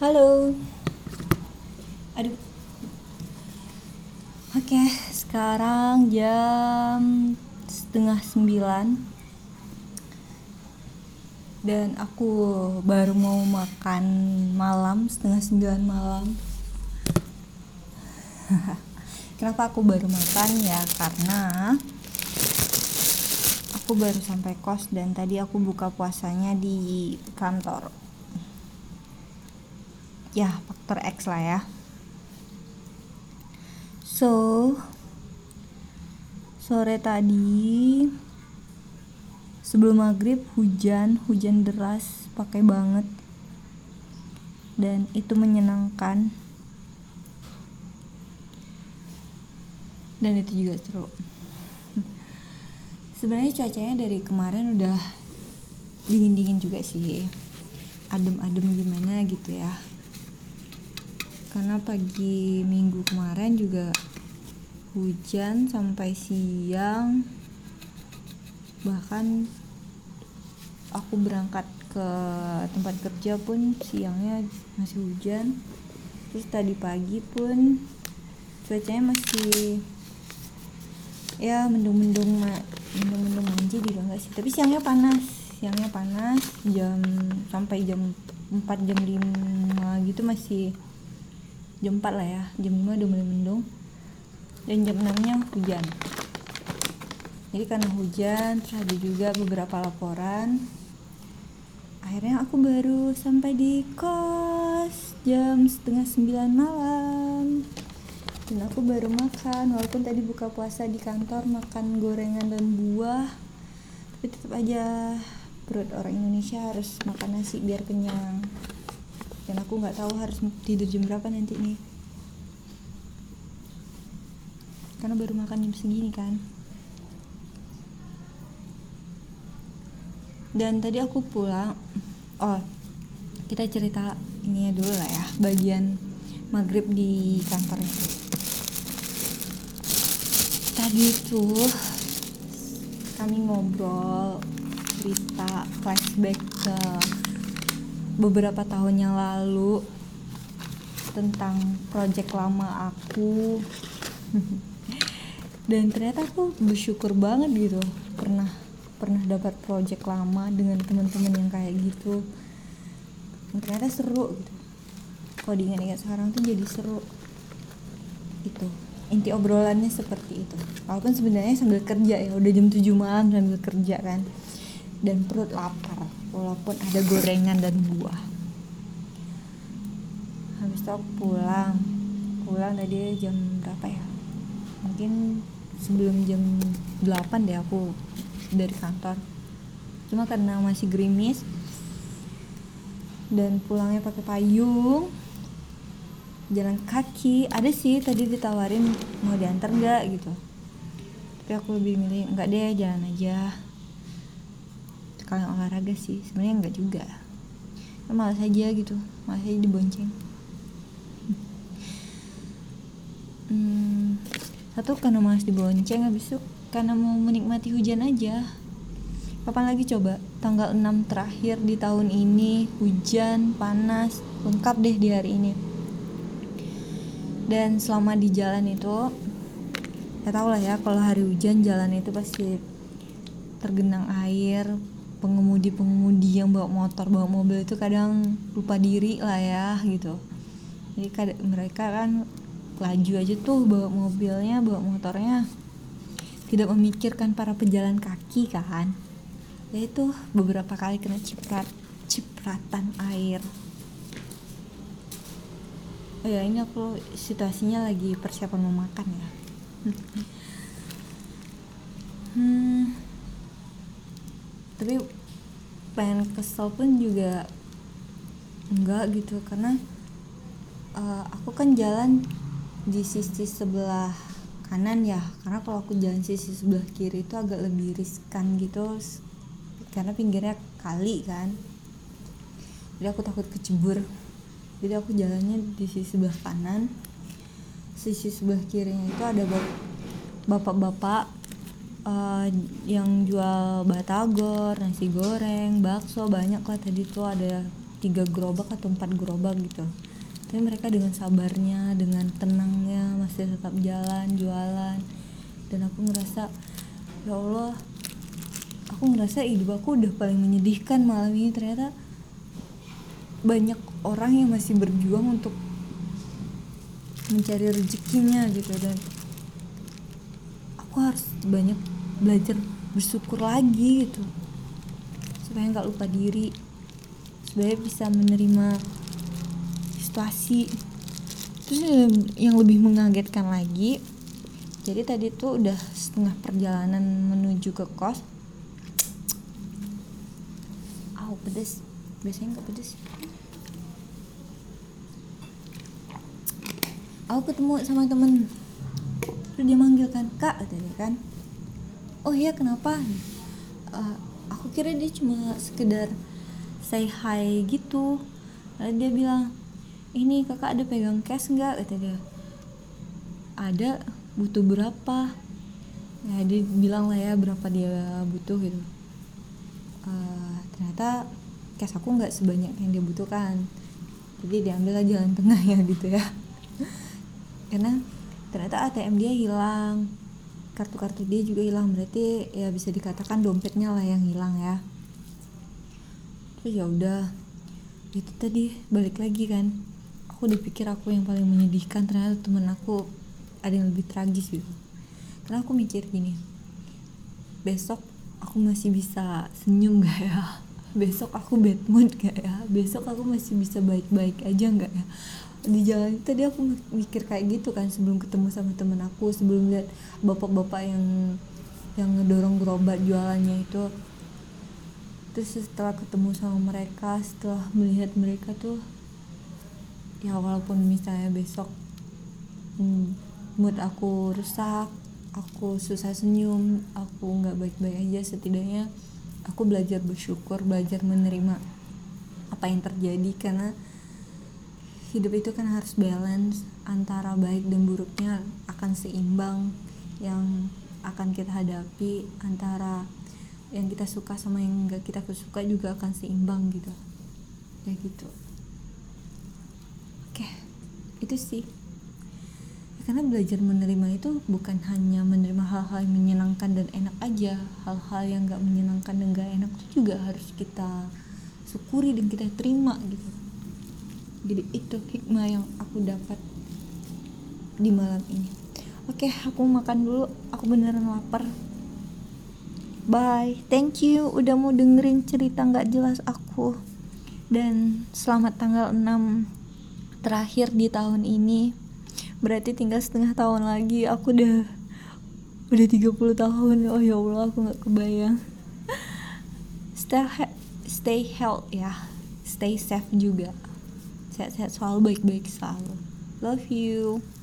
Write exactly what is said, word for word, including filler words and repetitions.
Halo. Aduh. Oke, sekarang jam setengah sembilan dan aku baru mau makan malam setengah sembilan malam. Kenapa aku baru makan ya? Karena aku baru sampai kos dan tadi aku buka puasanya di kantor. Ya, faktor X lah ya. So, sore tadi sebelum maghrib hujan, hujan deras, pakai banget. Dan itu menyenangkan. Dan itu juga seru. Sebenarnya cuacanya dari kemarin udah dingin-dingin juga sih. Adem-adem gimana gitu ya. Karena pagi minggu kemarin juga hujan sampai siang, bahkan aku berangkat ke tempat kerja pun siangnya masih hujan. Terus tadi pagi pun cuacanya masih ya mendung-mendung mendung-mendung manja juga enggak sih, tapi siangnya panas siangnya panas jam sampai jam empat jam lima gitu, masih jam empat lah ya, jam lima udah mulai mendung dan jam enam nya hujan. Jadi karena hujan, terus ada juga beberapa laporan, akhirnya aku baru sampai di kos jam setengah sembilan malam. Dan aku baru makan, walaupun tadi buka puasa di kantor makan gorengan dan buah, tapi tetap aja perut orang Indonesia harus makan nasi biar kenyang. Dan aku nggak tahu harus tidur jam berapa nanti nih, karena baru makan jam segini kan. Dan tadi aku pulang, oh kita cerita ini dulu lah ya, bagian maghrib di kantor itu. Tadi tuh kami ngobrol, cerita, flashback ke beberapa tahun yang lalu tentang project lama aku. Dan ternyata aku bersyukur banget gitu pernah pernah dapat project lama dengan teman-teman yang kayak gitu. Dan ternyata seru gitu. Kalau diingat-ingat sekarang tuh jadi seru. Itu inti obrolannya seperti itu. Walaupun sebenarnya sambil kerja ya, udah jam tujuh malam sambil kerja kan, dan perut lapar walaupun ada gorengan dan buah. Habis itu aku pulang pulang tadi jam berapa ya, mungkin sebelum jam delapan deh aku dari kantor. Cuma karena masih gerimis dan pulangnya pakai payung, jalan kaki. Ada sih tadi ditawarin mau diantar nggak gitu, tapi aku lebih milih nggak deh, jalan aja. Sekalian olahraga sih sebenarnya, nggak juga, malas aja gitu, malas aja dibonceng. Hmm, satu karena malas dibonceng, habis itu karena mau menikmati hujan aja. Kapan lagi coba tanggal enam terakhir di tahun ini hujan, panas, lengkap deh di hari ini. Dan selama di jalan itu, ya tau lah ya kalau hari hujan jalan itu pasti tergenang air. Pengemudi-pengemudi yang bawa motor, bawa mobil itu kadang lupa diri lah ya gitu. Jadi kadang mereka kan laju aja tuh bawa mobilnya, bawa motornya, tidak memikirkan para pejalan kaki kan. Ya itu beberapa kali kena ciprat cipratan air. Oh ya, ini aku situasinya lagi persiapan mau makan ya. hmm. Tapi pengen kesel pun juga enggak gitu, karena uh, aku kan jalan di sisi sebelah kanan ya, karena kalau aku jalan sisi sebelah kiri itu agak lebih riskan gitu, karena pinggirnya kali kan, jadi aku takut kecebur. Jadi aku jalannya di sisi sebelah kanan. Sisi sebelah kirinya itu ada bapak-bapak Uh, yang jual batagor, nasi goreng, bakso, banyak lah tadi tuh ada tiga gerobak atau empat gerobak gitu. Tapi mereka dengan sabarnya, dengan tenangnya masih tetap jalan jualan. Dan aku ngerasa, ya Allah, aku ngerasa hidup aku udah paling menyedihkan malam ini. Ternyata banyak orang yang masih berjuang untuk mencari rezekinya gitu, dan aku harus banyak belajar bersyukur lagi gitu, supaya nggak lupa diri, supaya bisa menerima situasi. Terus yang lebih mengagetkan lagi, jadi tadi tuh udah setengah perjalanan menuju ke kos. Au, pedes. Biasanya nggak pedes. Aku ketemu sama temen, terus dia manggil kan, Kak, katanya kan. Oh iya, kenapa? Uh, aku kira dia cuma sekedar say hi gitu. Lalu dia bilang, ini kakak ada pegang cash nggak? Kata dia. Ada. Butuh berapa? Ya dia bilang lah ya berapa dia butuh gitu. Uh, ternyata cash aku nggak sebanyak yang dia butuhkan. Jadi diambil lah jalan tengahnya gitu ya. Karena ternyata A T M dia hilang, kartu-kartu dia juga hilang, berarti ya bisa dikatakan dompetnya lah yang hilang ya. Terus ya udah, itu tadi balik lagi kan, aku udah pikir aku yang paling menyedihkan, ternyata temen aku ada yang lebih tragis gitu. Karena aku mikir gini, besok aku masih bisa senyum gak ya, besok aku bad mood gak ya, besok aku masih bisa baik-baik aja gak ya. Di jalan itu tadi aku mikir kayak gitu kan, sebelum ketemu sama temen aku, sebelum lihat bapak-bapak yang yang ngedorong gerobak jualannya itu. Terus setelah ketemu sama mereka, setelah melihat mereka tuh, ya walaupun misalnya besok hmm, mood aku rusak, aku susah senyum, aku nggak baik-baik aja, setidaknya aku belajar bersyukur, belajar menerima apa yang terjadi. Karena hidup itu kan harus balance antara baik dan buruknya, akan seimbang. Yang akan kita hadapi antara yang kita suka sama yang gak kita suka juga akan seimbang gitu ya gitu. Oke, itu sih. Karena belajar menerima itu bukan hanya menerima hal-hal yang menyenangkan dan enak aja, hal-hal yang gak menyenangkan dan gak enak itu juga harus kita syukuri dan kita terima gitu. Jadi itu hikmah yang aku dapat di malam ini. Oke, aku makan dulu, aku beneran lapar. Bye, thank you udah mau dengerin cerita gak jelas aku. Dan selamat tanggal enam terakhir di tahun ini. Berarti tinggal setengah tahun lagi, aku udah Udah tiga puluh tahun. Oh ya Allah, aku gak kebayang. Stay, he- stay health ya, stay safe juga. Sehat-sehat selalu, baik-baik selalu. Love you.